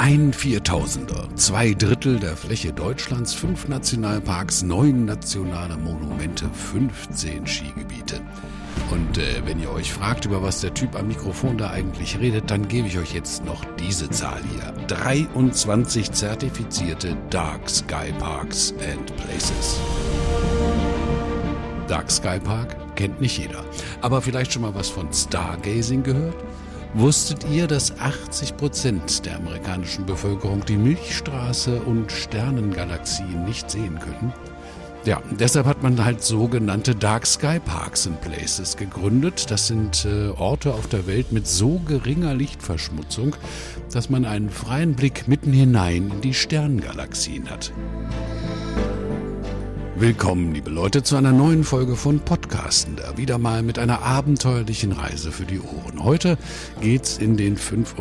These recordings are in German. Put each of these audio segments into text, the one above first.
Ein Viertausender, 2/3 der Fläche Deutschlands, 5 Nationalparks, 9 nationale Monumente, 15 Skigebiete. Und wenn ihr euch fragt, über was der Typ am Mikrofon da eigentlich redet, dann gebe ich euch jetzt noch diese Zahl hier. 23 zertifizierte Dark Sky Parks and Places. Dark Sky Park kennt nicht jeder. Aber vielleicht schon mal was von Stargazing gehört? Wusstet ihr, dass 80% der amerikanischen Bevölkerung die Milchstraße und Sternengalaxien nicht sehen können? Ja, deshalb hat man halt sogenannte Dark Sky Parks and Places gegründet. Das sind Orte auf der Welt mit so geringer Lichtverschmutzung, dass man einen freien Blick mitten hinein in die Sternengalaxien hat. Willkommen, liebe Leute, zu einer neuen Folge von Podcastender. Wieder mal mit einer abenteuerlichen Reise für die Ohren. Heute geht's in den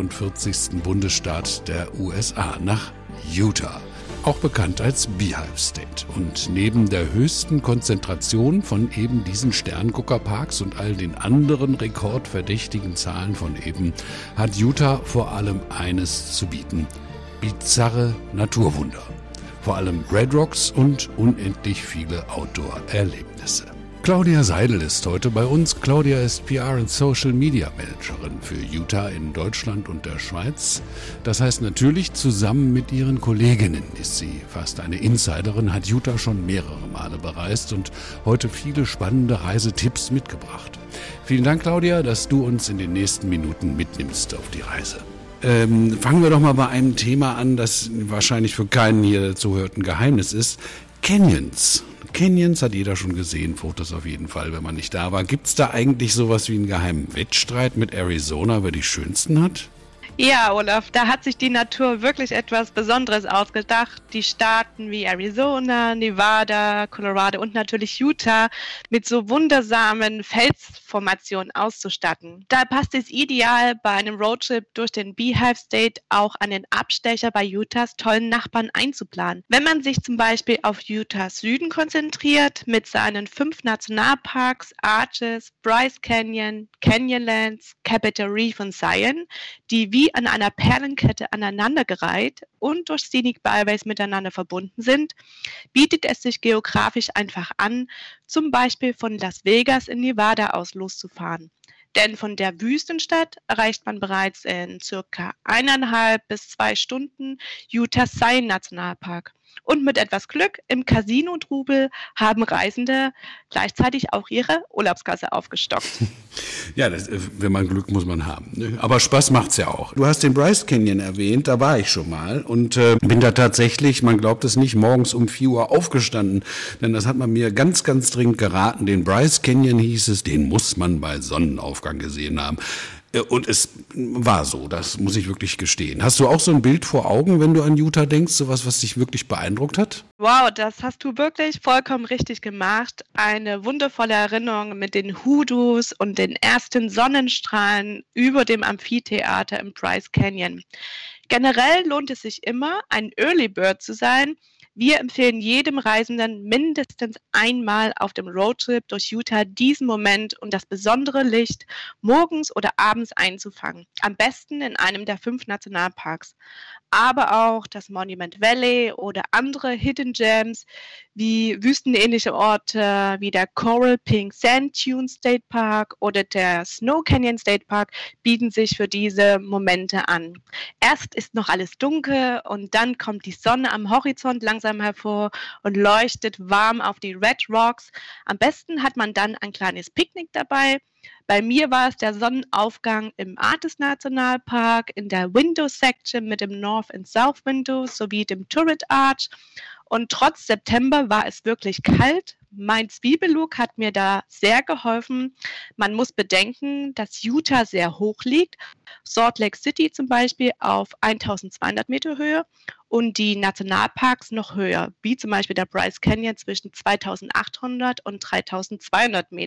45. Bundesstaat der USA, nach Utah. Auch bekannt als Beehive State. Und neben der höchsten Konzentration von eben diesen Sternguckerparks und all den anderen rekordverdächtigen Zahlen von eben, hat Utah vor allem eines zu bieten: bizarre Naturwunder. Vor allem Red Rocks und unendlich viele Outdoor-Erlebnisse. Claudia Seidel ist heute bei uns. Claudia ist PR- und Social Media Managerin für Utah in Deutschland und der Schweiz. Das heißt natürlich, zusammen mit ihren Kolleginnen ist sie fast eine Insiderin, hat Utah schon mehrere Male bereist und heute viele spannende Reisetipps mitgebracht. Vielen Dank, Claudia, dass du uns in den nächsten Minuten mitnimmst auf die Reise. Fangen wir doch mal bei einem Thema an, das wahrscheinlich für keinen hier zuhört ein Geheimnis ist. Canyons. Canyons hat jeder schon gesehen, Fotos auf jeden Fall, wenn man nicht da war. Gibt es da eigentlich sowas wie einen geheimen Wettstreit mit Arizona, wer die schönsten hat? Ja, Olaf, da hat sich die Natur wirklich etwas Besonderes ausgedacht. Die Staaten wie Arizona, Nevada, Colorado und natürlich Utah mit so wundersamen Felsformationen auszustatten. Da passt es ideal, bei einem Roadtrip durch den Beehive State auch an den Abstecher bei Utahs tollen Nachbarn einzuplanen. Wenn man sich zum Beispiel auf Utahs Süden konzentriert, mit seinen 5 Nationalparks, Arches, Bryce Canyon, Canyonlands, Capitol Reef und Zion, die wie an einer Perlenkette aneinandergereiht und durch Scenic Byways miteinander verbunden sind, bietet es sich geografisch einfach an, zum Beispiel von Las Vegas in Nevada aus loszufahren. Denn von der Wüstenstadt erreicht man bereits in circa 1,5 bis 2 Stunden Utahs Zion Nationalpark. Und mit etwas Glück im Casino-Trubel haben Reisende gleichzeitig auch ihre Urlaubskasse aufgestockt. Ja, wenn man Glück muss man haben. Ne? Aber Spaß macht's ja auch. Du hast den Bryce Canyon erwähnt, da war ich schon mal und bin da tatsächlich, man glaubt es nicht, morgens um 4 Uhr aufgestanden. Denn das hat man mir ganz, ganz dringend geraten. Den Bryce Canyon hieß es, den muss man bei Sonnenaufgang gesehen haben. Und es war so, das muss ich wirklich gestehen. Hast du auch so ein Bild vor Augen, wenn du an Utah denkst, sowas, was dich wirklich beeindruckt hat? Wow, das hast du wirklich vollkommen richtig gemacht. Eine wundervolle Erinnerung mit den Hoodoos und den ersten Sonnenstrahlen über dem Amphitheater im Bryce Canyon. Generell lohnt es sich immer, ein Early Bird zu sein. Wir empfehlen jedem Reisenden mindestens einmal auf dem Roadtrip durch Utah diesen Moment und das besondere Licht morgens oder abends einzufangen. Am besten in einem der 5 Nationalparks. Aber auch das Monument Valley oder andere Hidden Gems wie wüstenähnliche Orte wie der Coral Pink Sand Dunes State Park oder der Snow Canyon State Park bieten sich für diese Momente an. Erst ist noch alles dunkel und dann kommt die Sonne am Horizont langsam hervor und leuchtet warm auf die Red Rocks. Am besten hat man dann ein kleines Picknick dabei. Bei mir war es der Sonnenaufgang im Arches Nationalpark, in der Window Section mit dem North and South Window sowie dem Turret Arch. Und trotz September war es wirklich kalt. Mein Zwiebellook hat mir da sehr geholfen. Man muss bedenken, dass Utah sehr hoch liegt. Salt Lake City zum Beispiel auf 1200 Meter Höhe und die Nationalparks noch höher, wie zum Beispiel der Bryce Canyon zwischen 2800 und 3200 Metern.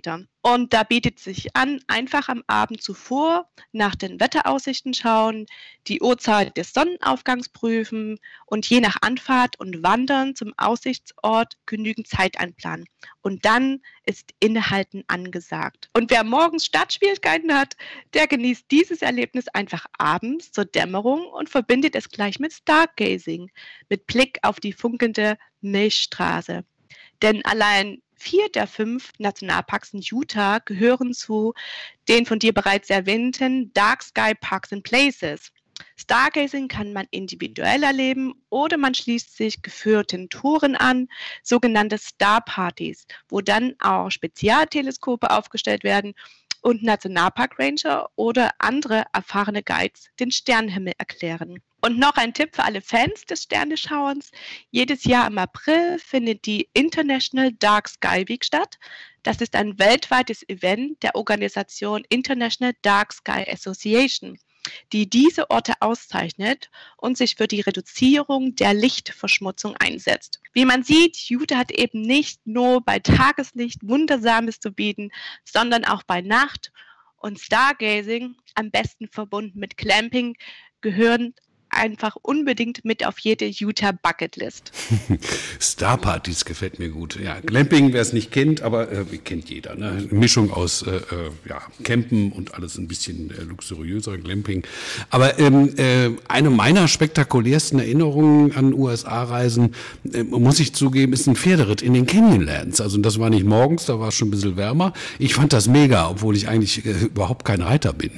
Und da bietet es sich an, einfach am Abend zuvor nach den Wetteraussichten schauen, die Uhrzeit des Sonnenaufgangs prüfen und je nach Anfahrt und Wandern zum Aussichtsort genügend Zeit einplanen. Und dann ist Innehalten angesagt. Und wer morgens Startschwierigkeiten hat, der genießt dieses Erlebnis einfach abends zur Dämmerung und verbindet es gleich mit Stargazing, mit Blick auf die funkelnde Milchstraße. Denn allein 4 der 5 Nationalparks in Utah gehören zu den von dir bereits erwähnten Dark Sky Parks and Places. Stargazing kann man individuell erleben oder man schließt sich geführten Touren an, sogenannte Star-Partys, wo dann auch Spezialteleskope aufgestellt werden und Nationalpark-Ranger oder andere erfahrene Guides den Sternenhimmel erklären. Und noch ein Tipp für alle Fans des Sterneschauens. Jedes Jahr im April findet die International Dark Sky Week statt. Das ist ein weltweites Event der Organisation International Dark Sky Association, die diese Orte auszeichnet und sich für die Reduzierung der Lichtverschmutzung einsetzt. Wie man sieht, Utah hat eben nicht nur bei Tageslicht Wundersames zu bieten, sondern auch bei Nacht. Und Stargazing, am besten verbunden mit Glamping, gehören einfach unbedingt mit auf jede Utah-Bucketlist. Starpartys gefällt mir gut. Ja, Glamping, wer es nicht kennt, aber kennt jeder. Ne? Eine Mischung aus Campen und alles ein bisschen luxuriöser Glamping. Aber eine meiner spektakulärsten Erinnerungen an USA-Reisen, muss ich zugeben, ist ein Pferderitt in den Canyonlands. Also das war nicht morgens, da war es schon ein bisschen wärmer. Ich fand das mega, obwohl ich eigentlich überhaupt kein Reiter bin.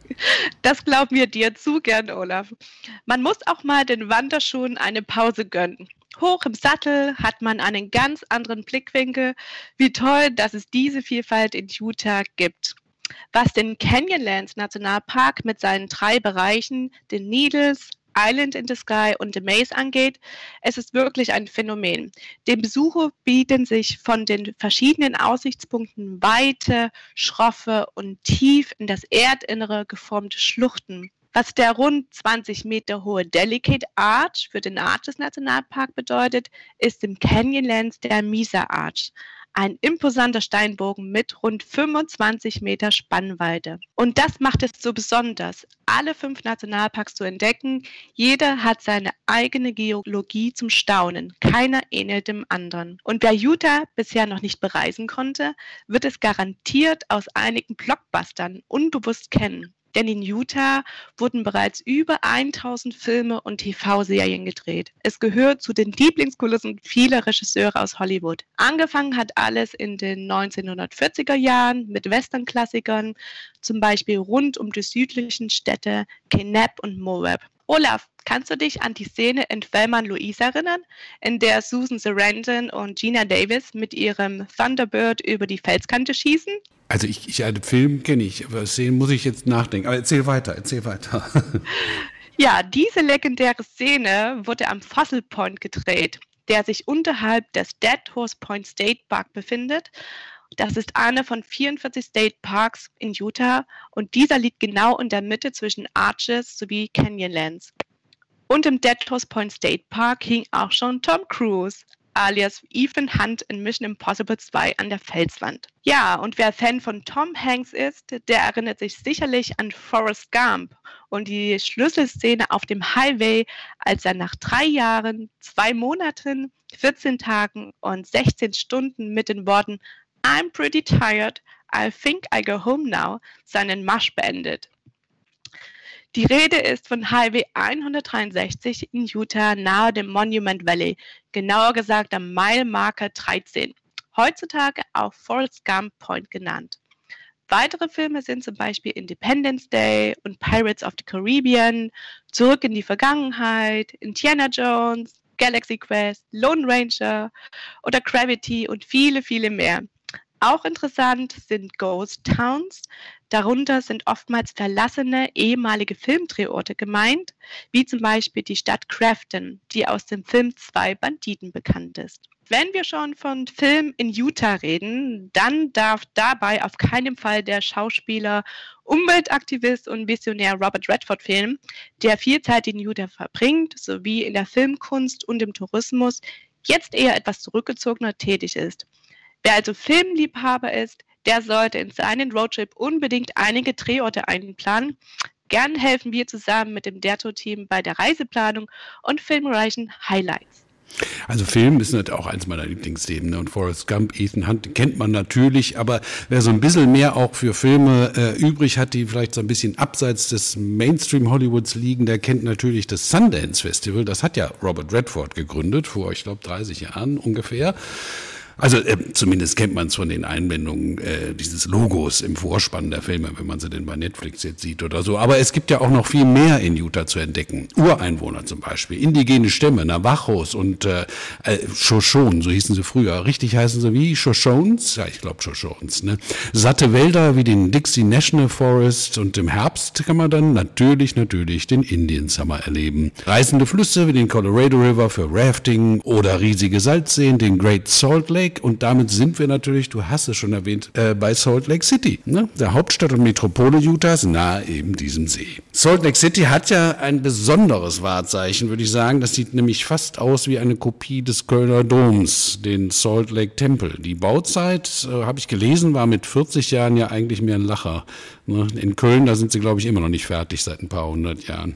Das glauben wir dir zu gern, Olaf. Man muss auch mal den Wanderschuhen eine Pause gönnen. Hoch im Sattel hat man einen ganz anderen Blickwinkel. Wie toll, dass es diese Vielfalt in Utah gibt. Was den Canyonlands Nationalpark mit seinen 3 Bereichen, den Needles, Island in the Sky und The Maze angeht, es ist wirklich ein Phänomen. Dem Besucher bieten sich von den verschiedenen Aussichtspunkten weite, schroffe und tief in das Erdinnere geformte Schluchten. Was der rund 20 Meter hohe Delicate Arch für den Arches Nationalpark bedeutet, ist im Canyonlands der Mesa Arch. Ein imposanter Steinbogen mit rund 25 Meter Spannweite. Und das macht es so besonders, alle 5 Nationalparks zu entdecken. Jeder hat seine eigene Geologie zum Staunen. Keiner ähnelt dem anderen. Und wer Utah bisher noch nicht bereisen konnte, wird es garantiert aus einigen Blockbustern unbewusst kennen. Denn in Utah wurden bereits über 1000 Filme und TV-Serien gedreht. Es gehört zu den Lieblingskulissen vieler Regisseure aus Hollywood. Angefangen hat alles in den 1940er Jahren mit Western-Klassikern, zum Beispiel rund um die südlichen Städte Kanab und Moab. Olaf, kannst du dich an die Szene in Thelma und Louise erinnern, in der Susan Sarandon und Geena Davis mit ihrem Thunderbird über die Felskante schießen? Also den Film kenne ich, aber Szenen muss ich jetzt nachdenken. Aber erzähl weiter. Ja, diese legendäre Szene wurde am Fossil Point gedreht, der sich unterhalb des Dead Horse Point State Park befindet. Das ist einer von 44 State Parks in Utah und dieser liegt genau in der Mitte zwischen Arches sowie Canyonlands. Und im Dead Horse Point State Park hing auch schon Tom Cruise, alias Ethan Hunt in Mission Impossible 2 an der Felswand. Ja, und wer Fan von Tom Hanks ist, der erinnert sich sicherlich an Forrest Gump und die Schlüsselszene auf dem Highway, als er nach 3 Jahren, 2 Monaten, 14 Tagen und 16 Stunden mit den Worten "I'm pretty tired, I think I go home now" seinen Marsch beendet. Die Rede ist von Highway 163 in Utah nahe dem Monument Valley, genauer gesagt am Mile-Marker 13, heutzutage auch Forrest Gump Point genannt. Weitere Filme sind zum Beispiel Independence Day und Pirates of the Caribbean, Zurück in die Vergangenheit, Indiana Jones, Galaxy Quest, Lone Ranger oder Gravity und viele, viele mehr. Auch interessant sind Ghost Towns. Darunter sind oftmals verlassene ehemalige Filmdrehorte gemeint, wie zum Beispiel die Stadt Grafton, die aus dem Film 2 Banditen bekannt ist. Wenn wir schon von Film in Utah reden, dann darf dabei auf keinen Fall der Schauspieler, Umweltaktivist und Visionär Robert Redford fehlen, der viel Zeit in Utah verbringt, sowie in der Filmkunst und im Tourismus jetzt eher etwas zurückgezogener tätig ist. Wer also Filmliebhaber ist, der sollte in seinen Roadtrip unbedingt einige Drehorte einplanen. Gern helfen wir zusammen mit dem DERTO-Team bei der Reiseplanung und filmreichen Highlights. Also Film ist natürlich auch eins meiner Lieblingsthemen, ne? Und Forrest Gump, Ethan Hunt kennt man natürlich, aber wer so ein bisschen mehr auch für Filme übrig hat, die vielleicht so ein bisschen abseits des Mainstream-Hollywoods liegen, der kennt natürlich das Sundance Festival. Das hat ja Robert Redford gegründet, vor, ich glaube, 30 Jahren ungefähr. Also zumindest kennt man es von den Einblendungen dieses Logos im Vorspann der Filme, wenn man sie denn bei Netflix jetzt sieht oder so. Aber es gibt ja auch noch viel mehr in Utah zu entdecken. Ureinwohner zum Beispiel, indigene Stämme, Navajos und Shoshones, so hießen sie früher. Richtig heißen sie wie? Shoshones? Ja, ich glaube Shoshones. Ne? Satte Wälder wie den Dixie National Forest und im Herbst kann man dann natürlich den Indian Summer erleben. Reißende Flüsse wie den Colorado River für Rafting oder riesige Salzseen, den Great Salt Lake. Und damit sind wir natürlich, du hast es schon erwähnt, bei Salt Lake City, ne? Der Hauptstadt und Metropole Utahs, nahe eben diesem See. Salt Lake City hat ja ein besonderes Wahrzeichen, würde ich sagen. Das sieht nämlich fast aus wie eine Kopie des Kölner Doms, den Salt Lake Tempel. Die Bauzeit, habe ich gelesen, war mit 40 Jahren ja eigentlich mehr ein Lacher. Ne? In Köln, da sind sie, glaube ich, immer noch nicht fertig seit ein paar hundert Jahren.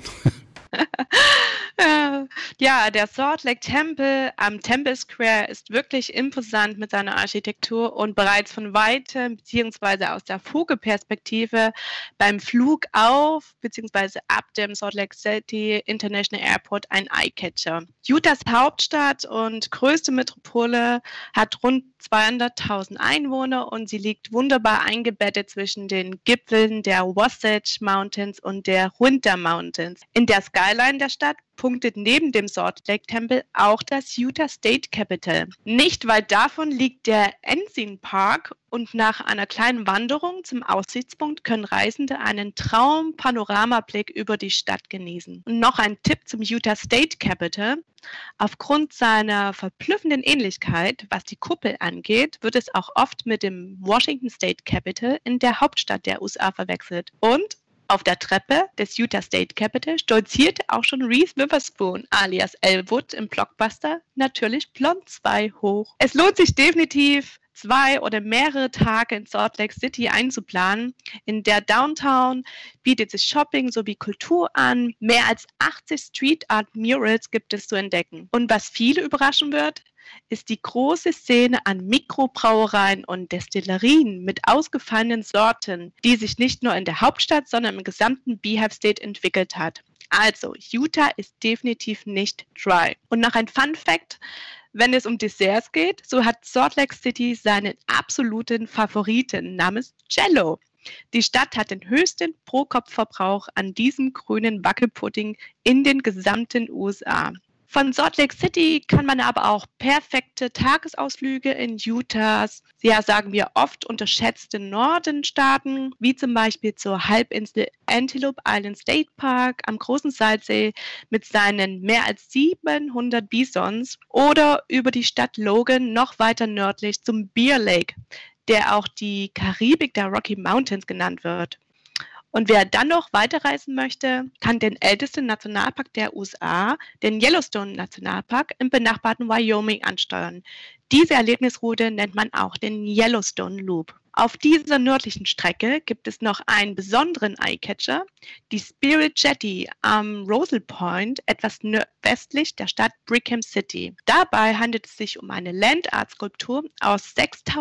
Ja, der Salt Lake Temple am Temple Square ist wirklich imposant mit seiner Architektur und bereits von weitem bzw. aus der Vogelperspektive beim Flug auf bzw. ab dem Salt Lake City International Airport ein Eyecatcher. Utahs Hauptstadt und größte Metropole hat rund 200.000 Einwohner und sie liegt wunderbar eingebettet zwischen den Gipfeln der Wasatch Mountains und der Winter Mountains. In der Skyline der Stadt punktet neben dem Salt Lake Tempel auch das Utah State Capitol. Nicht weit davon liegt der Ensign Park und nach einer kleinen Wanderung zum Aussichtspunkt können Reisende einen Traum-Panoramablick über die Stadt genießen. Und noch ein Tipp zum Utah State Capitol. Aufgrund seiner verblüffenden Ähnlichkeit, was die Kuppel angeht, wird es auch oft mit dem Washington State Capitol in der Hauptstadt der USA verwechselt. Und auf der Treppe des Utah State Capitol stolzierte auch schon Reese Witherspoon alias Elwood im Blockbuster natürlich Blond 2 hoch. Es lohnt sich definitiv, 2 oder mehrere Tage in Salt Lake City einzuplanen. In der Downtown bietet sich Shopping sowie Kultur an. Mehr als 80 Street Art Murals gibt es zu entdecken. Und was viele überraschen wird, ist die große Szene an Mikrobrauereien und Destillerien mit ausgefallenen Sorten, die sich nicht nur in der Hauptstadt, sondern im gesamten Beehive State entwickelt hat. Also, Utah ist definitiv nicht dry. Und noch ein Fun Fact: Wenn es um Desserts geht, so hat Salt Lake City seinen absoluten Favoriten namens Jello. Die Stadt hat den höchsten Pro-Kopf-Verbrauch an diesem grünen Wackelpudding in den gesamten USA. Von Salt Lake City kann man aber auch perfekte Tagesausflüge in Utahs, ja sagen wir oft unterschätzte Norden starten, wie zum Beispiel zur Halbinsel Antelope Island State Park am großen Salzsee mit seinen mehr als 700 Bisons oder über die Stadt Logan noch weiter nördlich zum Bear Lake, der auch die Karibik der Rocky Mountains genannt wird. Und wer dann noch weiterreisen möchte, kann den ältesten Nationalpark der USA, den Yellowstone Nationalpark im benachbarten Wyoming ansteuern. Diese Erlebnisroute nennt man auch den Yellowstone Loop. Auf dieser nördlichen Strecke gibt es noch einen besonderen Eyecatcher, die Spirit Jetty am Rosal Point, etwas westlich der Stadt Brigham City. Dabei handelt es sich um eine Land-Art-Skulptur aus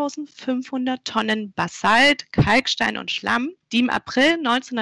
6.500 Tonnen Basalt, Kalkstein und Schlamm, die im April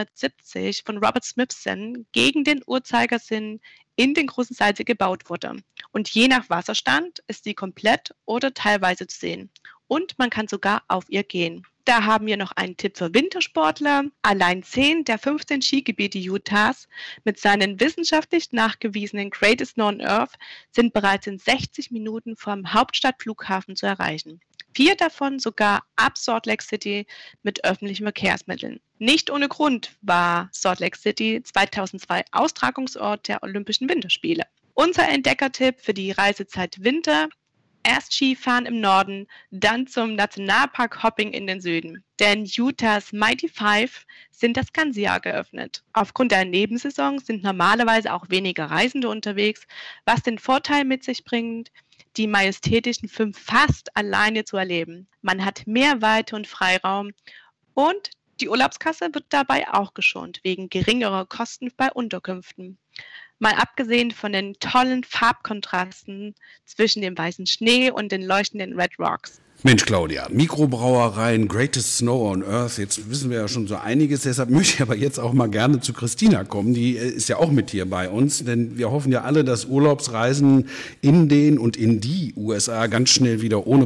1970 von Robert Smithson gegen den Uhrzeigersinn in den großen Salzsee gebaut wurde. Und je nach Wasserstand ist sie komplett oder teilweise zu sehen. Und man kann sogar auf ihr gehen. Da haben wir noch einen Tipp für Wintersportler. Allein 10 der 15 Skigebiete Utahs mit seinen wissenschaftlich nachgewiesenen Greatest Known Earth sind bereits in 60 Minuten vom Hauptstadtflughafen zu erreichen. 4 davon sogar ab Salt Lake City mit öffentlichen Verkehrsmitteln. Nicht ohne Grund war Salt Lake City 2002 Austragungsort der Olympischen Winterspiele. Unser Entdeckertipp für die Reisezeit Winter: Erst Skifahren im Norden, dann zum Nationalpark-Hopping in den Süden. Denn Utahs Mighty Five sind das ganze Jahr geöffnet. Aufgrund der Nebensaison sind normalerweise auch weniger Reisende unterwegs, was den Vorteil mit sich bringt, die majestätischen 5 fast alleine zu erleben. Man hat mehr Weite und Freiraum und die Urlaubskasse wird dabei auch geschont, wegen geringerer Kosten bei Unterkünften. Mal abgesehen von den tollen Farbkontrasten zwischen dem weißen Schnee und den leuchtenden Red Rocks. Mensch, Claudia, Mikrobrauereien, Greatest Snow on Earth, jetzt wissen wir ja schon so einiges, deshalb möchte ich aber jetzt auch mal gerne zu Christina kommen, die ist ja auch mit hier bei uns, denn wir hoffen ja alle, dass Urlaubsreisen in den und in die USA ganz schnell wieder ohne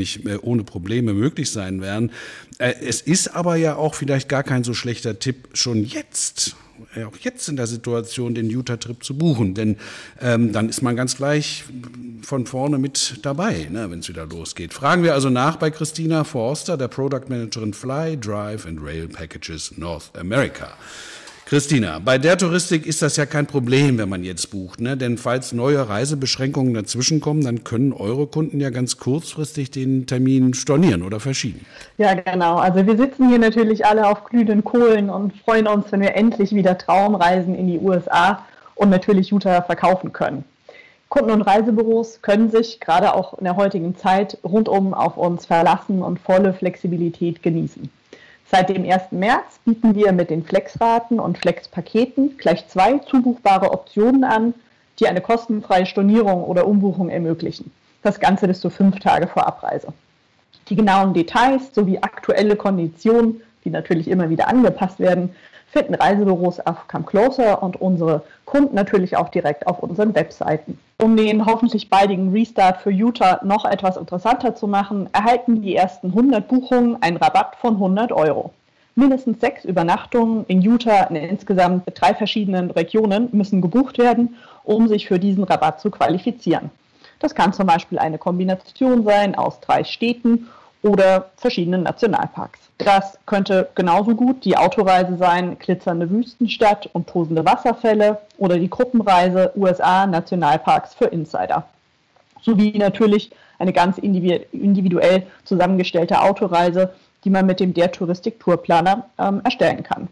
Probleme möglich sein werden. Es ist aber ja auch vielleicht gar kein so schlechter Tipp, schon jetzt, auch jetzt in der Situation, den Utah-Trip zu buchen, denn dann ist man ganz gleich von vorne mit dabei, ne, wenn es wieder losgeht. Fragen wir also nach bei Christina Forster, der Product Managerin Fly, Drive and Rail Packages North America. Christina, bei der Touristik ist das ja kein Problem, wenn man jetzt bucht, ne? Denn falls neue Reisebeschränkungen dazwischenkommen, dann können eure Kunden ja ganz kurzfristig den Termin stornieren oder verschieben. Ja, genau. Also wir sitzen hier natürlich alle auf glühenden Kohlen und freuen uns, wenn wir endlich wieder Traumreisen in die USA und natürlich Utah verkaufen können. Kunden und Reisebüros können sich gerade auch in der heutigen Zeit rundum auf uns verlassen und volle Flexibilität genießen. Seit dem 1. März bieten wir mit den Flexraten und Flexpaketen gleich 2 zubuchbare Optionen an, die eine kostenfreie Stornierung oder Umbuchung ermöglichen. Das Ganze bis zu 5 Tage vor Abreise. Die genauen Details sowie aktuelle Konditionen, die natürlich immer wieder angepasst werden, finden Reisebüros auf Come Closer und unsere Kunden natürlich auch direkt auf unseren Webseiten. Um den hoffentlich baldigen Restart für Utah noch etwas interessanter zu machen, erhalten die ersten 100 Buchungen einen Rabatt von 100 €. Mindestens 6 Übernachtungen in Utah in insgesamt 3 verschiedenen Regionen müssen gebucht werden, um sich für diesen Rabatt zu qualifizieren. Das kann zum Beispiel eine Kombination sein aus 3 Städten oder verschiedenen Nationalparks. Das könnte genauso gut die Autoreise sein, glitzernde Wüstenstadt und tosende Wasserfälle oder die Gruppenreise USA Nationalparks für Insider. Sowie natürlich eine ganz individuell zusammengestellte Autoreise, die man mit dem Der Touristik Tourplaner erstellen kann.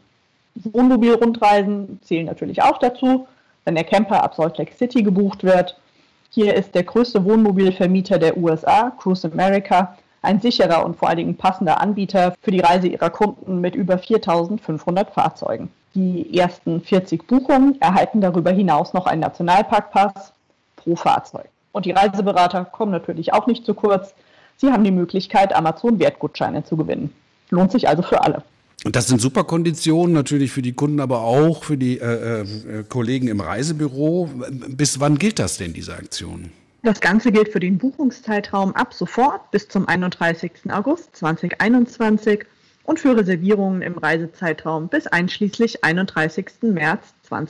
Wohnmobil-Rundreisen zählen natürlich auch dazu, wenn der Camper ab Salt Lake City gebucht wird. Hier ist der größte Wohnmobilvermieter der USA, Cruise America, ein sicherer und vor allen Dingen passender Anbieter für die Reise ihrer Kunden mit über 4.500 Fahrzeugen. Die ersten 40 Buchungen erhalten darüber hinaus noch einen Nationalparkpass pro Fahrzeug. Und die Reiseberater kommen natürlich auch nicht zu kurz. Sie haben die Möglichkeit, Amazon-Wertgutscheine zu gewinnen. Lohnt sich also für alle. Und das sind super Konditionen, natürlich für die Kunden, aber auch für die Kollegen im Reisebüro. Bis wann gilt das denn, diese Aktion? Das Ganze gilt für den Buchungszeitraum ab sofort bis zum 31. August 2021 und für Reservierungen im Reisezeitraum bis einschließlich 31. März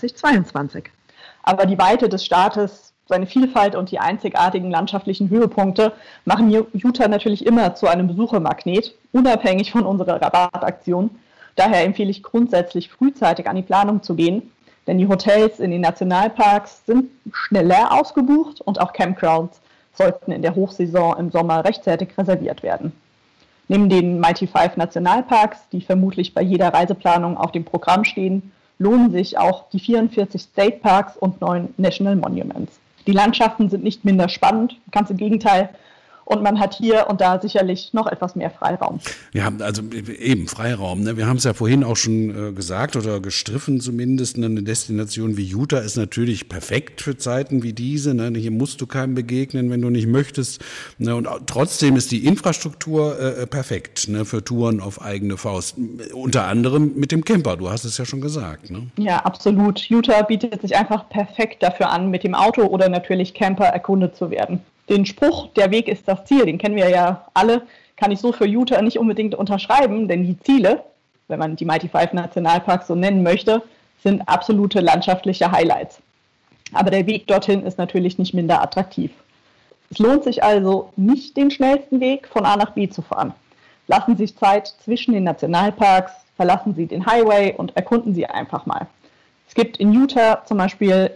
2022. Aber die Weite des Staates, seine Vielfalt und die einzigartigen landschaftlichen Höhepunkte machen Utah natürlich immer zu einem Besuchermagnet, unabhängig von unserer Rabattaktion. Daher empfehle ich grundsätzlich frühzeitig an die Planung zu gehen, denn die Hotels in den Nationalparks sind schneller ausgebucht und auch Campgrounds sollten in der Hochsaison im Sommer rechtzeitig reserviert werden. Neben den Mighty Five Nationalparks, die vermutlich bei jeder Reiseplanung auf dem Programm stehen, lohnen sich auch die 44 State Parks und 9 National Monuments. Die Landschaften sind nicht minder spannend, ganz im Gegenteil. Und man hat hier und da sicherlich noch etwas mehr Freiraum. Ja, also eben Freiraum. Ne? Wir haben es ja vorhin auch schon gesagt oder gestriffen zumindest. Eine Destination wie Utah ist natürlich perfekt für Zeiten wie diese. Ne? Hier musst du keinem begegnen, wenn du nicht möchtest. Ne? Und trotzdem ist die Infrastruktur perfekt, ne? Für Touren auf eigene Faust. Unter anderem mit dem Camper, du hast es ja schon gesagt. Ne? Ja, absolut. Utah bietet sich einfach perfekt dafür an, mit dem Auto oder natürlich Camper erkundet zu werden. Den Spruch, der Weg ist das Ziel, den kennen wir ja alle, kann ich so für Utah nicht unbedingt unterschreiben, denn die Ziele, wenn man die Mighty Five Nationalparks so nennen möchte, sind absolute landschaftliche Highlights. Aber der Weg dorthin ist natürlich nicht minder attraktiv. Es lohnt sich also nicht, den schnellsten Weg von A nach B zu fahren. Lassen Sie sich Zeit zwischen den Nationalparks, verlassen Sie den Highway und erkunden Sie einfach mal. Es gibt in Utah zum Beispiel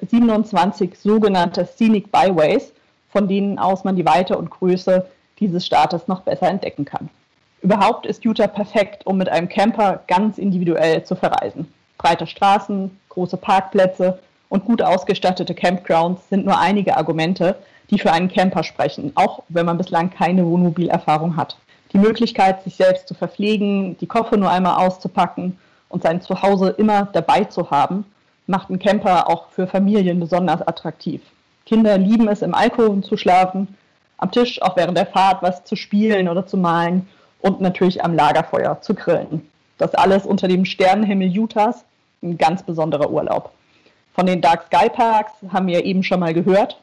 27 sogenannte Scenic Byways, von denen aus man die Weite und Größe dieses Staates noch besser entdecken kann. Überhaupt ist Utah perfekt, um mit einem Camper ganz individuell zu verreisen. Breite Straßen, große Parkplätze und gut ausgestattete Campgrounds sind nur einige Argumente, die für einen Camper sprechen, auch wenn man bislang keine Wohnmobilerfahrung hat. Die Möglichkeit, sich selbst zu verpflegen, die Koffer nur einmal auszupacken und sein Zuhause immer dabei zu haben, macht einen Camper auch für Familien besonders attraktiv. Kinder lieben es, im Alkohol zu schlafen, am Tisch auch während der Fahrt was zu spielen oder zu malen und natürlich am Lagerfeuer zu grillen. Das alles unter dem Sternenhimmel Utahs, ein ganz besonderer Urlaub. Von den Dark Sky Parks haben wir eben schon mal gehört.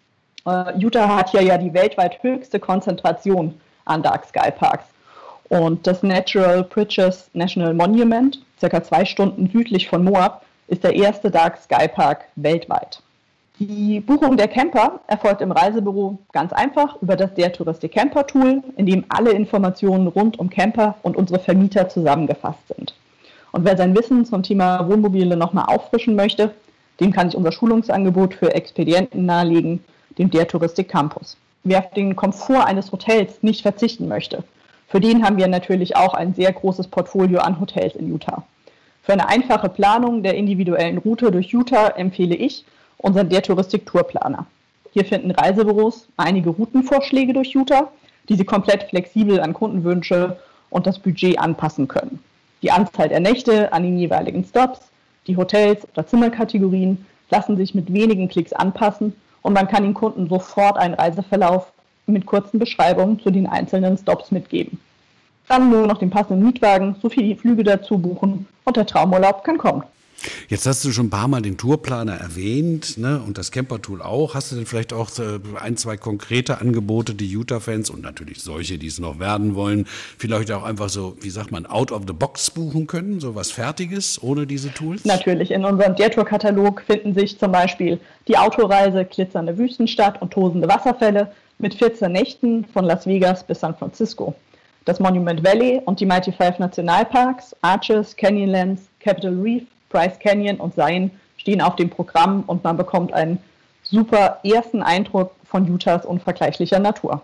Utah hat ja die weltweit höchste Konzentration an Dark Sky Parks. Und das Natural Bridges National Monument, circa 2 Stunden südlich von Moab, ist der erste Dark Sky Park weltweit. Die Buchung der Camper erfolgt im Reisebüro ganz einfach über das Der Touristik Camper Tool, in dem alle Informationen rund um Camper und unsere Vermieter zusammengefasst sind. Und wer sein Wissen zum Thema Wohnmobile nochmal auffrischen möchte, dem kann ich unser Schulungsangebot für Expedienten nahelegen, dem Der Touristik Campus. Wer auf den Komfort eines Hotels nicht verzichten möchte, für den haben wir natürlich auch ein sehr großes Portfolio an Hotels in Utah. Für eine einfache Planung der individuellen Route durch Utah empfehle ich unseren Der Touristik Tourplaner. Hier finden Reisebüros einige Routenvorschläge durch Utah, die sie komplett flexibel an Kundenwünsche und das Budget anpassen können. Die Anzahl der Nächte an den jeweiligen Stops, die Hotels oder Zimmerkategorien lassen sich mit wenigen Klicks anpassen und man kann den Kunden sofort einen Reiseverlauf mit kurzen Beschreibungen zu den einzelnen Stops mitgeben. Dann nur noch den passenden Mietwagen sowie die Flüge dazu buchen und der Traumurlaub kann kommen. Jetzt hast du schon ein paar Mal den Tourplaner erwähnt, ne, und das Camper-Tool auch. Hast du denn vielleicht auch 1, 2 konkrete Angebote, die Utah-Fans und natürlich solche, die es noch werden wollen, vielleicht auch einfach so, wie sagt man, out of the box buchen können, so was Fertiges ohne diese Tools? Natürlich, in unserem Der Tour-Katalog finden sich zum Beispiel die Autoreise Glitzernde Wüstenstadt und tosende Wasserfälle mit 14 Nächten von Las Vegas bis San Francisco. Das Monument Valley und die Mighty Five Nationalparks, Arches, Canyonlands, Capitol Reef, Bryce Canyon und Zion stehen auf dem Programm und man bekommt einen super ersten Eindruck von Utahs unvergleichlicher Natur.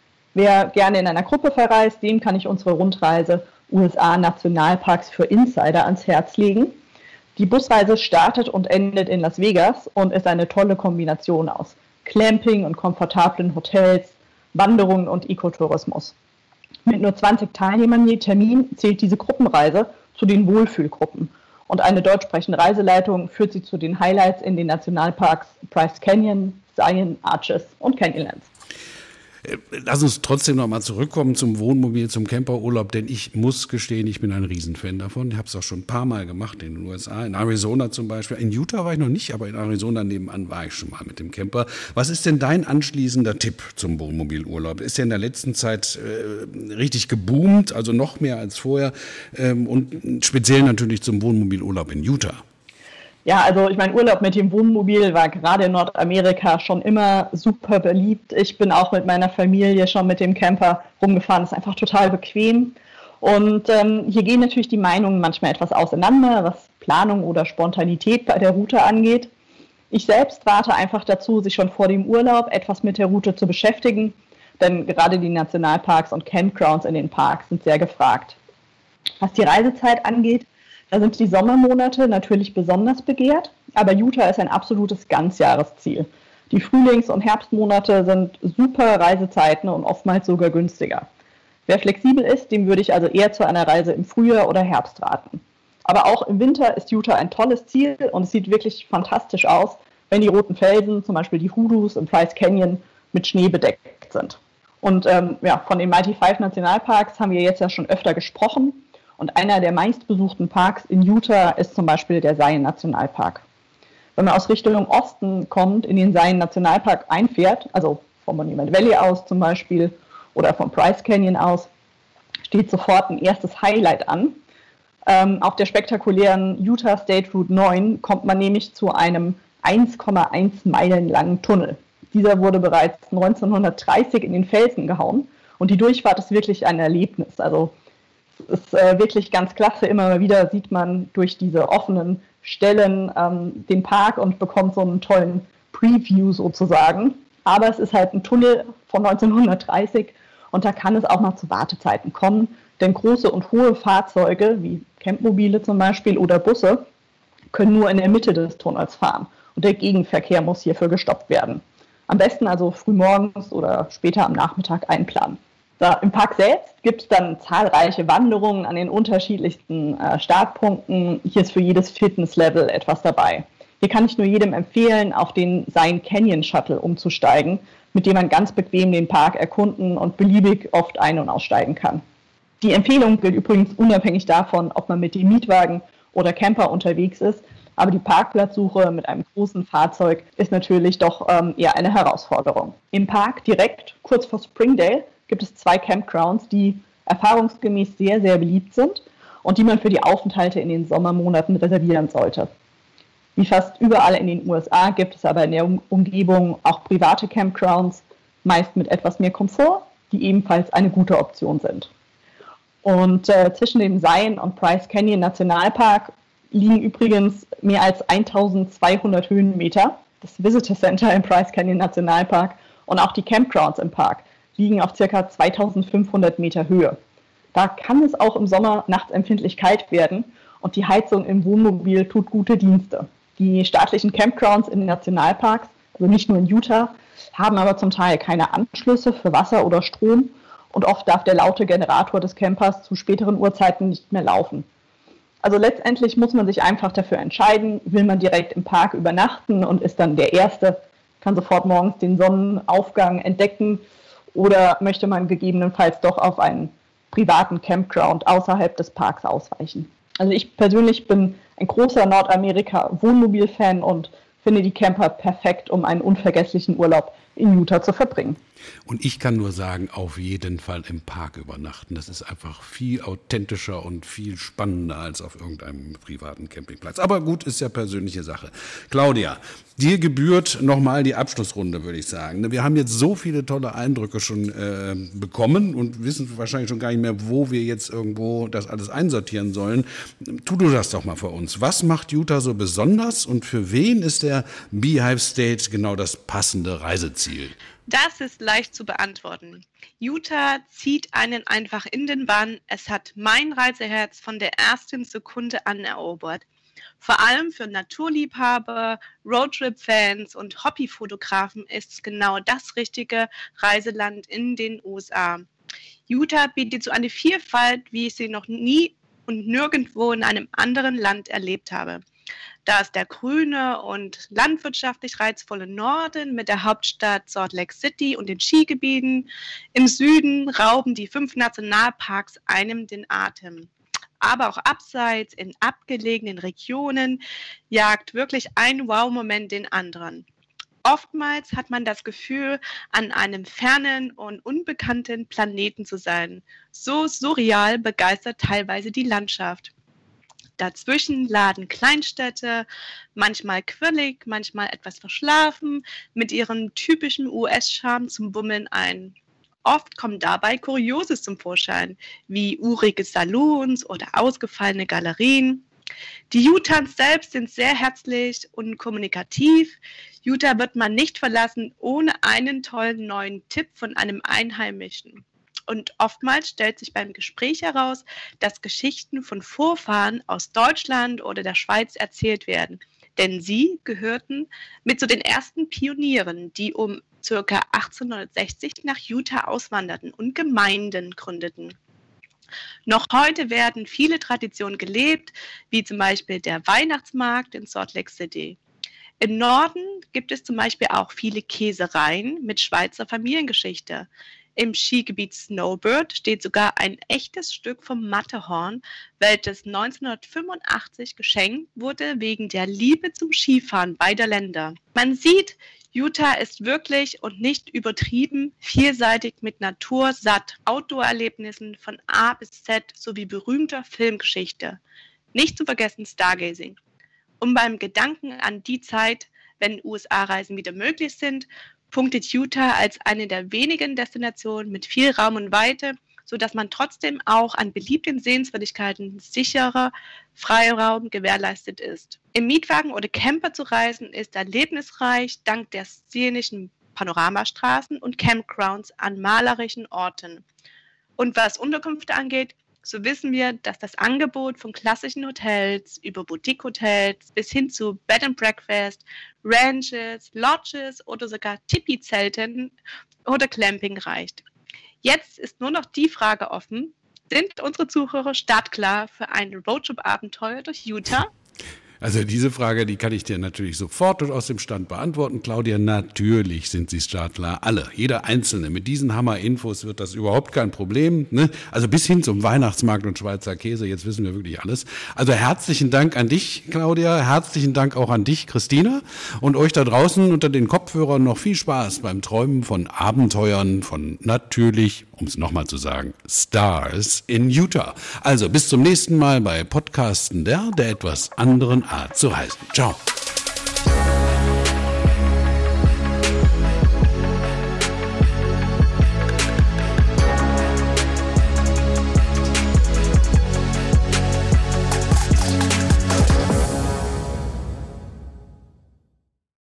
Wer gerne in einer Gruppe verreist, dem kann ich unsere Rundreise USA Nationalparks für Insider ans Herz legen. Die Busreise startet und endet in Las Vegas und ist eine tolle Kombination aus Clamping und komfortablen Hotels, Wanderungen und Ecotourismus. Mit nur 20 Teilnehmern je Termin zählt diese Gruppenreise zu den Wohlfühlgruppen. Und eine deutschsprechende Reiseleitung führt sie zu den Highlights in den Nationalparks Bryce Canyon, Zion, Arches und Canyonlands. Lass uns trotzdem noch mal zurückkommen zum Wohnmobil, zum Camperurlaub, denn ich muss gestehen, ich bin ein Riesenfan davon. Ich habe es auch schon ein paar Mal gemacht in den USA, in Arizona zum Beispiel. In Utah war ich noch nicht, aber in Arizona nebenan war ich schon mal mit dem Camper. Was ist denn dein anschließender Tipp zum Wohnmobilurlaub? Ist ja in der letzten Zeit richtig geboomt, also noch mehr als vorher und speziell natürlich zum Wohnmobilurlaub in Utah. Ja, also ich meine, Urlaub mit dem Wohnmobil war gerade in Nordamerika schon immer super beliebt. Ich bin auch mit meiner Familie schon mit dem Camper rumgefahren. Das ist einfach total bequem. Und hier gehen natürlich die Meinungen manchmal etwas auseinander, was Planung oder Spontanität bei der Route angeht. Ich selbst rate einfach dazu, sich schon vor dem Urlaub etwas mit der Route zu beschäftigen, denn gerade die Nationalparks und Campgrounds in den Parks sind sehr gefragt. Was die Reisezeit angeht, da sind die Sommermonate natürlich besonders begehrt, aber Utah ist ein absolutes Ganzjahresziel. Die Frühlings- und Herbstmonate sind super Reisezeiten und oftmals sogar günstiger. Wer flexibel ist, dem würde ich also eher zu einer Reise im Frühjahr oder Herbst raten. Aber auch im Winter ist Utah ein tolles Ziel und es sieht wirklich fantastisch aus, wenn die roten Felsen, zum Beispiel die Hoodoos im Bryce Canyon, mit Schnee bedeckt sind. Und von den Mighty Five Nationalparks haben wir jetzt ja schon öfter gesprochen. Und einer der meistbesuchten Parks in Utah ist zum Beispiel der Zion Nationalpark. Wenn man aus Richtung Osten kommt, in den Zion Nationalpark einfährt, also vom Monument Valley aus zum Beispiel oder vom Bryce Canyon aus, steht sofort ein erstes Highlight an. Auf der spektakulären Utah State Route 9 kommt man nämlich zu einem 1,1 Meilen langen Tunnel. Dieser wurde bereits 1930 in den Felsen gehauen und die Durchfahrt ist wirklich ein Erlebnis. Also es ist wirklich ganz klasse. Immer mal wieder sieht man durch diese offenen Stellen den Park und bekommt so einen tollen Preview sozusagen. Aber es ist halt ein Tunnel von 1930 und da kann es auch mal zu Wartezeiten kommen. Denn große und hohe Fahrzeuge, wie Campmobile zum Beispiel oder Busse, können nur in der Mitte des Tunnels fahren. Und der Gegenverkehr muss hierfür gestoppt werden. Am besten also frühmorgens oder später am Nachmittag einplanen. So, im Park selbst gibt es dann zahlreiche Wanderungen an den unterschiedlichsten Startpunkten. Hier ist für jedes Fitnesslevel etwas dabei. Hier kann ich nur jedem empfehlen, auf den Zion Canyon Shuttle umzusteigen, mit dem man ganz bequem den Park erkunden und beliebig oft ein- und aussteigen kann. Die Empfehlung gilt übrigens unabhängig davon, ob man mit dem Mietwagen oder Camper unterwegs ist, aber die Parkplatzsuche mit einem großen Fahrzeug ist natürlich doch eher eine Herausforderung. Im Park direkt kurz vor Springdale gibt es 2 Campgrounds, die erfahrungsgemäß sehr, sehr beliebt sind und die man für die Aufenthalte in den Sommermonaten reservieren sollte. Wie fast überall in den USA gibt es aber in der Umgebung auch private Campgrounds, meist mit etwas mehr Komfort, die ebenfalls eine gute Option sind. Und zwischen dem Zion und Bryce Canyon Nationalpark liegen übrigens mehr als 1200 Höhenmeter. Das Visitor Center im Bryce Canyon Nationalpark und auch die Campgrounds im Park liegen auf ca. 2500 Meter Höhe. Da kann es auch im Sommer nachts empfindlich kalt werden und die Heizung im Wohnmobil tut gute Dienste. Die staatlichen Campgrounds in den Nationalparks, also nicht nur in Utah, haben aber zum Teil keine Anschlüsse für Wasser oder Strom und oft darf der laute Generator des Campers zu späteren Uhrzeiten nicht mehr laufen. Also letztendlich muss man sich einfach dafür entscheiden, will man direkt im Park übernachten und ist dann der Erste, kann sofort morgens den Sonnenaufgang entdecken oder möchte man gegebenenfalls doch auf einen privaten Campground außerhalb des Parks ausweichen. Also ich persönlich bin ein großer Nordamerika-Wohnmobil-Fan und finde die Camper perfekt, um einen unvergesslichen Urlaub in Utah zu verbringen. Und ich kann nur sagen, auf jeden Fall im Park übernachten. Das ist einfach viel authentischer und viel spannender als auf irgendeinem privaten Campingplatz. Aber gut, ist ja persönliche Sache. Claudia, dir gebührt nochmal die Abschlussrunde, würde ich sagen. Wir haben jetzt so viele tolle Eindrücke schon bekommen und wissen wahrscheinlich schon gar nicht mehr, wo wir jetzt irgendwo das alles einsortieren sollen. Tu du das doch mal für uns. Was macht Utah so besonders und für wen ist der Beehive State genau das passende Reiseziel? Das ist leicht zu beantworten. Utah zieht einen einfach in den Bann. Es hat mein Reiseherz von der ersten Sekunde an erobert. Vor allem für Naturliebhaber, Roadtrip-Fans und Hobbyfotografen ist es genau das richtige Reiseland in den USA. Utah bietet so eine Vielfalt, wie ich sie noch nie und nirgendwo in einem anderen Land erlebt habe. Da ist der grüne und landwirtschaftlich reizvolle Norden mit der Hauptstadt Salt Lake City und den Skigebieten. Im Süden rauben die 5 Nationalparks einem den Atem. Aber auch abseits in abgelegenen Regionen jagt wirklich ein Wow-Moment den anderen. Oftmals hat man das Gefühl, an einem fernen und unbekannten Planeten zu sein. So surreal begeistert teilweise die Landschaft. Dazwischen laden Kleinstädte, manchmal quirlig, manchmal etwas verschlafen, mit ihrem typischen US-Charme zum Bummeln ein. Oft kommt dabei Kurioses zum Vorschein, wie urige Salons oder ausgefallene Galerien. Die Utahns selbst sind sehr herzlich und kommunikativ. Utah wird man nicht verlassen ohne einen tollen neuen Tipp von einem Einheimischen. Und oftmals stellt sich beim Gespräch heraus, dass Geschichten von Vorfahren aus Deutschland oder der Schweiz erzählt werden. Denn sie gehörten mit zu den ersten Pionieren, die um ca. 1860 nach Utah auswanderten und Gemeinden gründeten. Noch heute werden viele Traditionen gelebt, wie zum Beispiel der Weihnachtsmarkt in Salt Lake City. Im Norden gibt es zum Beispiel auch viele Käsereien mit Schweizer Familiengeschichte. Im Skigebiet Snowbird steht sogar ein echtes Stück vom Matterhorn, welches 1985 geschenkt wurde wegen der Liebe zum Skifahren beider Länder. Man sieht, Utah ist wirklich und nicht übertrieben vielseitig mit Natur satt, Outdoor-Erlebnissen von A bis Z sowie berühmter Filmgeschichte. Nicht zu vergessen Stargazing. Und beim Gedanken an die Zeit, wenn USA-Reisen wieder möglich sind, punktet Utah als eine der wenigen Destinationen mit viel Raum und Weite, sodass man trotzdem auch an beliebten Sehenswürdigkeiten sicherer Freiraum gewährleistet ist. Im Mietwagen oder Camper zu reisen ist erlebnisreich dank der szenischen Panoramastraßen und Campgrounds an malerischen Orten. Und was Unterkünfte angeht, so wissen wir, dass das Angebot von klassischen Hotels über Boutique-Hotels bis hin zu Bed and Breakfast, Ranches, Lodges oder sogar Tipi-Zelten oder Clamping reicht. Jetzt ist nur noch die Frage offen, sind unsere Zuhörer startklar für ein Roadtrip-Abenteuer durch Utah? Also diese Frage, die kann ich dir natürlich sofort und aus dem Stand beantworten. Claudia, natürlich sind sie startklar. Alle, jeder Einzelne. Mit diesen Hammer-Infos wird das überhaupt kein Problem. Ne? Also bis hin zum Weihnachtsmarkt und Schweizer Käse, jetzt wissen wir wirklich alles. Also herzlichen Dank an dich, Claudia. Herzlichen Dank auch an dich, Christina. Und euch da draußen unter den Kopfhörern noch viel Spaß beim Träumen von Abenteuern, von natürlich, um es nochmal zu sagen, Stars in Utah. Also bis zum nächsten Mal bei Podcasten der etwas anderen Art zu reisen. Ciao.